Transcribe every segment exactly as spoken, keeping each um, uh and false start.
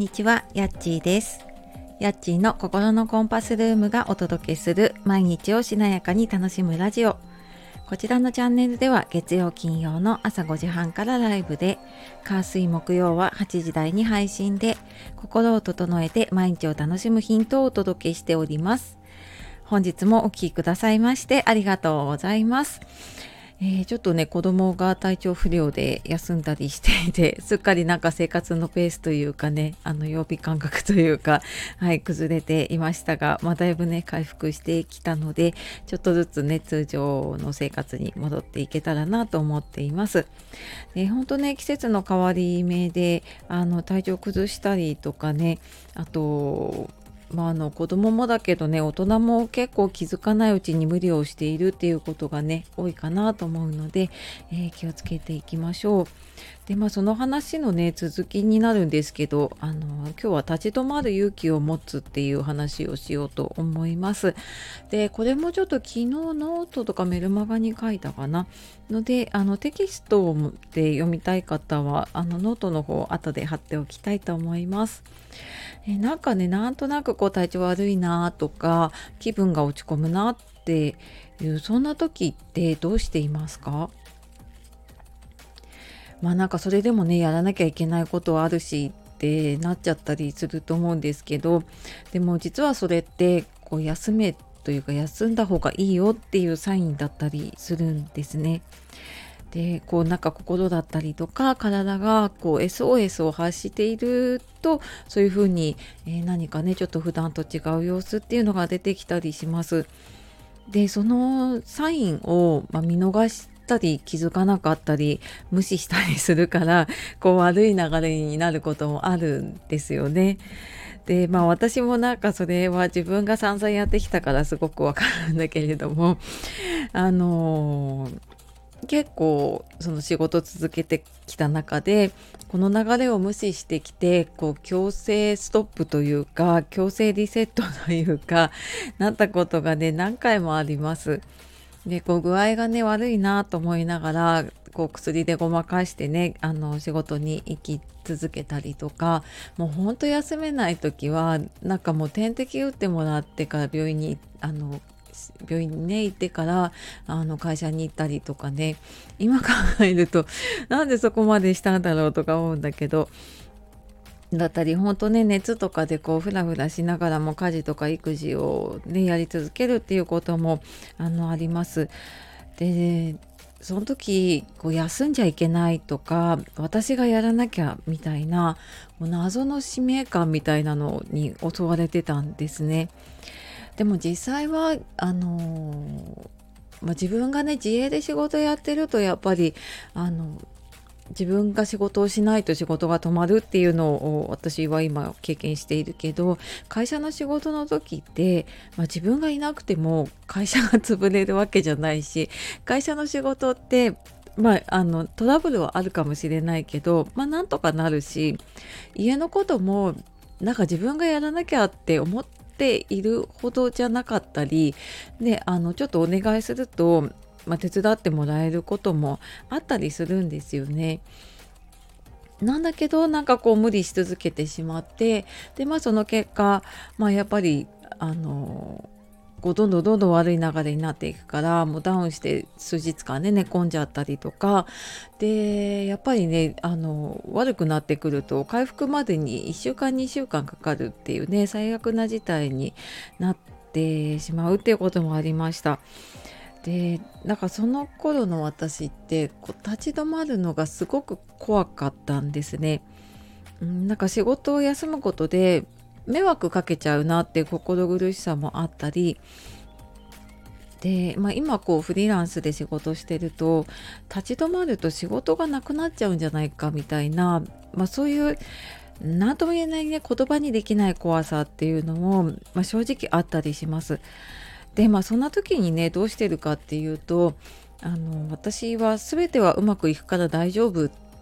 にちは、やっちーです。やっちーの心のコンパスルームがお届けする毎日をしなやかに楽しむラジオ。こちらのチャンネルでは月曜金曜の朝ごじはんからライブで、火水木曜ははちじ台に配信で、心を整えて毎日を楽しむヒントをお届けしております。本日もお聞きくださいましてありがとうございます。えー、ちょっとね子供が体調不良で休んだりしていて、すっかりなんか生活のペースというかね、あの曜日感覚というか、はい、崩れていましたが、まあ、だいぶね回復してきたので、ちょっとずつね通常の生活に戻っていけたらなと思っています。で本当ね季節の変わり目であの体調崩したりとかね、あとまあ、あの子供もだけどね、大人も結構気づかないうちに無理をしているっていうことがね多いかなと思うので、えー気をつけていきましょう。でまあその話のね続きになるんですけど、あの今日は立ち止まる勇気を持つっていう話をしようと思います。でこれもちょっと昨日ノートとかメルマガに書いたかなので、あのテキストで読みたい方はあのノートの方後で貼っておきたいと思います。えなんかね、なんとなくこう体調悪いなとか気分が落ち込むなっていう、そんな時ってどうしていますか？まあなんかそれでもねやらなきゃいけないことはあるしってなっちゃったりすると思うんですけど、でも実はそれってこう休めというか休んだ方がいいよっていうサインだったりするんですね。でこうなんか心だったりとか体がこう エスオーエス を発していると、そういうふうに、えー何かねちょっと普段と違う様子っていうのが出てきたりします。でそのサインを、まあ、見逃したり気づかなかったり無視したりするから、こう悪い流れになることもあるんですよね。でまあ私もなんかそれは自分が散々やってきたからすごくわかるんだけれども、あのー結構その仕事続けてきた中で、この流れを無視してきてこう強制ストップというか強制リセットというかなったことがね何回もあります。でこう具合がね悪いなと思いながらこう薬でごまかしてねあの仕事に行き続けたりとか、もうほんと休めない時はなんかもう点滴打ってもらってから病院にあの病院にね行ってからあの会社に行ったりとかね、今考えるとなんでそこまでしたんだろうとか思うんだけど、だったり本当ね熱とかでこうフラフラしながらも家事とか育児をねやり続けるっていうこともあのあります。でその時こう休んじゃいけないとか私がやらなきゃみたいなもう謎の使命感みたいなのに襲われてたんですね。でも実際はあのまあ、自分がね自営で仕事やってるとやっぱりあの自分が仕事をしないと仕事が止まるっていうのを私は今経験しているけど、会社の仕事の時って、まあ、自分がいなくても会社が潰れるわけじゃないし、会社の仕事ってまあ、あのトラブルはあるかもしれないけど、まあ、なんとかなるし、家のこともなんか自分がやらなきゃって思っているほどじゃなかったり、であのちょっとお願いするとまあ、手伝ってもらえることもあったりするんですよね。なんだけどなんかこう無理し続けてしまって、でまあその結果、まあやっぱりあのこうどんどんどんどん悪い流れになっていくから、もうダウンして数日間ね寝込んじゃったりとかで、やっぱりねあの悪くなってくると回復までにいっしゅうかんにしゅうかんかかるっていうね最悪な事態になってしまうっていうこともありました。でなんかその頃の私ってこう立ち止まるのがすごく怖かったんですね。うん、なんか仕事を休むことで迷惑かけちゃうなっていう心苦しさもあったりで、まあ、今こうフリーランスで仕事してると立ち止まると仕事がなくなっちゃうんじゃないかみたいな、まあ、そういう何とも言えないね言葉にできない怖さっていうのも、まあ、正直あったりします。でまあそんな時にねどうしてるかっていうと、あの私は全てはうまくいくから大丈夫っ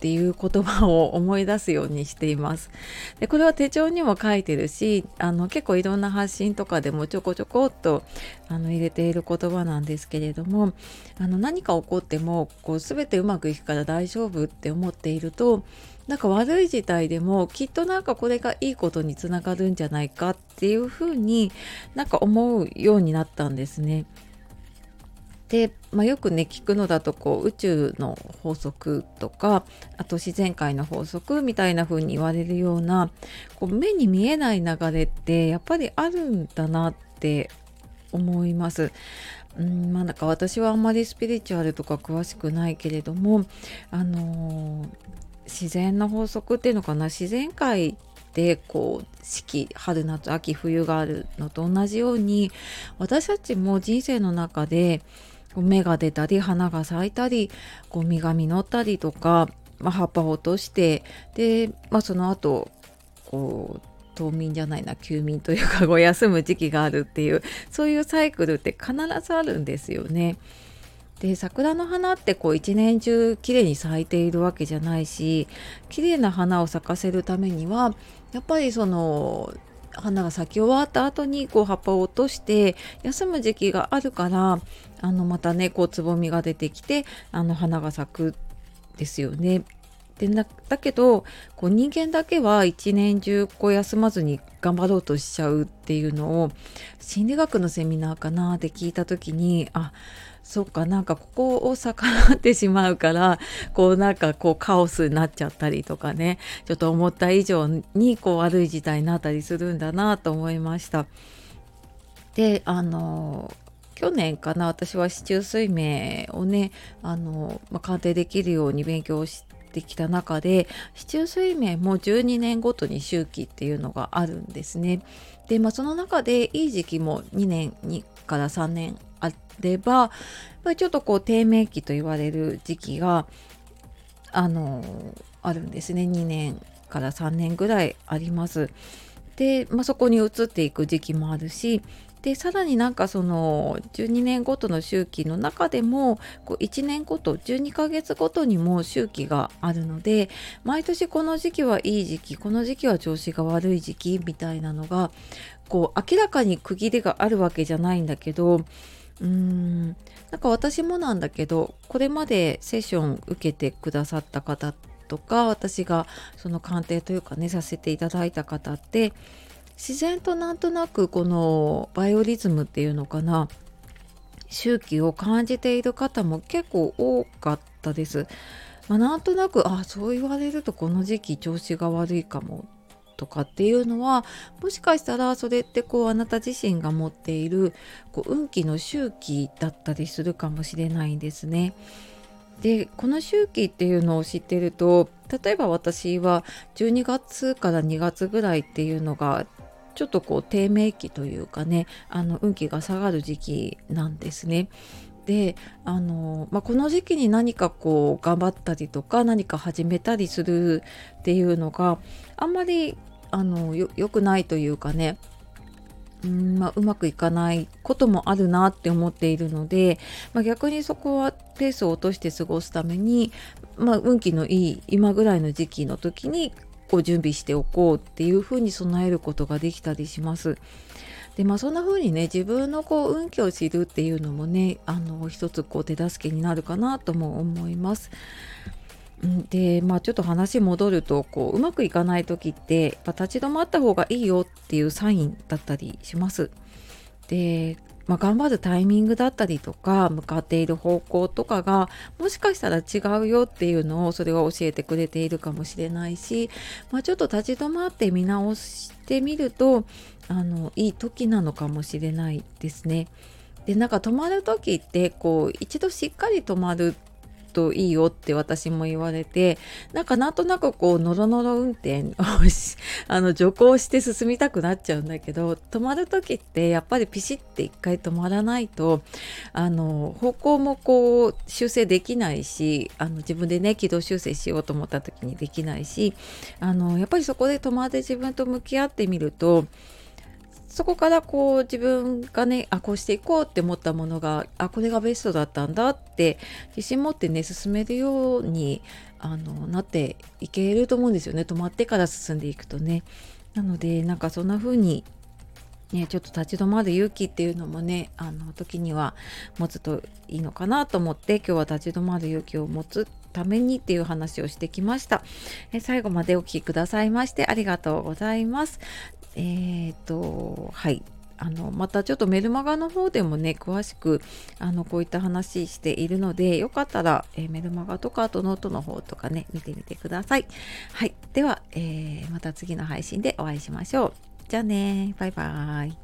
っていう言葉を思い出すようにしています。でこれは手帳にも書いてるし、あの結構いろんな発信とかでもちょこちょこっとあの入れている言葉なんですけれども、あの何か起こってもこう全てうまくいくから大丈夫って思っていると、なんか悪い事態でもきっとなんかこれがいいことにつながるんじゃないかっていうふうになんか思うようになったんですね。で、まあ、よくね聞くのだとこう宇宙の法則とか、あと自然界の法則みたいな風に言われるようなこう目に見えない流れってやっぱりあるんだなって思います。うん、まあなんか私はあんまりスピリチュアルとか詳しくないけれども、あのー自然の法則っていうのかな、自然界でこう四季、春夏秋冬があるのと同じように、私たちも人生の中でこう芽が出たり花が咲いたり、こう実が実ったりとか、まあ、葉っぱを落として、で、まあ、その後こう冬眠じゃないな休眠というかこう休む時期があるっていう、そういうサイクルって必ずあるんですよね。で桜の花ってこう一年中綺麗に咲いているわけじゃないし、綺麗な花を咲かせるためにはやっぱりその花が咲き終わった後にこう葉っぱを落として休む時期があるから、あのまたねこうつぼみが出てきてあの花が咲くですよね。でなだけどこう人間だけは一年中こう休まずに頑張ろうとしちゃうっていうのを心理学のセミナーかなって聞いた時に、あ、そっか、なんかここを逆らってしまうからこうなんかこうカオスになっちゃったりとかね、ちょっと思った以上にこう悪い事態になったりするんだなと思いました。であの去年かな、私は四柱推命をねあの、まあ、鑑定できるように勉強してきた中で、四柱推命もじゅうにねんごとに周期っていうのがあるんですね。で、まあ、その中でいい時期もにねんにからさんねんあれば、やっぱりちょっとこう低迷期と言われる時期があのあるんですね。にねんからさんねんぐらいあります。で、まあ、そこに移っていく時期もあるし、でさらになんかそのじゅうにねんごとの周期の中でもこういちねんごとじゅうにかげつごとにも周期があるので、毎年この時期はいい時期、この時期は調子が悪い時期みたいなのがこう明らかに区切りがあるわけじゃないんだけど、うーんなんか私もなんだけど、これまでセッション受けてくださった方とか、私がその鑑定というかねさせていただいた方って、自然となんとなくこのバイオリズムっていうのかな、周期を感じている方も結構多かったです。まあ、なんとなく、あ、そう言われるとこの時期調子が悪いかもとかっていうのは、もしかしたらそれってこうあなた自身が持っているこう運気の周期だったりするかもしれないんですね。でこの周期っていうのを知ってると、例えば私はじゅうにがつからにがつぐらいっていうのがちょっとこう低迷期というかね、あの運気が下がる時期なんですね。であの、まあ、この時期に何かこう頑張ったりとか何か始めたりするっていうのがあんまりあのよ良くないというかね、うん、まあ、うまくいかないこともあるなって思っているので、まあ、逆にそこはペースを落として過ごすために、まあ、運気のいい今ぐらいの時期の時にこう準備しておこうっていうふうに備えることができたりします。でまあそんな風にね、自分のこう運気を知るっていうのもね、あの一つこう手助けになるかなとも思います。うんでまあちょっと話戻ると、こううまくいかない時ってやっぱ立ち止まった方がいいよっていうサインだったりします。で、まあ、頑張るタイミングだったりとか向かっている方向とかがもしかしたら違うよっていうのをそれは教えてくれているかもしれないし、まあ、ちょっと立ち止まって見直してみるとあのいい時なのかもしれないですね。でなんか止まる時ってこう一度しっかり止まるといいよって私も言われて、なんかなんとなくこうノロノロ運転をしあの徐行して進みたくなっちゃうんだけど、止まる時ってやっぱりピシッて一回止まらないとあの方向もこう修正できないし、あの自分でね軌道修正しようと思った時にできないし、あのやっぱりそこで止まって自分と向き合ってみると、 そこからこう自分がね、あ、こうしていこうって思ったものが、あ、これがベストだったんだって自信持ってね、進めるようにあのなっていけると思うんですよね。止まってから進んでいくとね。なのでなんかそんな風にね、ちょっと立ち止まる勇気っていうのもね、あの時には持つといいのかなと思って、今日は立ち止まる勇気を持つためにっていう話をしてきました。え最後までお聞きくださいましてありがとうございます。えーと、はい。あのまたちょっとメルマガの方でもね詳しくあのこういった話しているので、よかったら、えーメルマガとかあとノートの方とかね見てみてください。はい。では、えーまた次の配信でお会いしましょう。じゃあね、バイバーイ。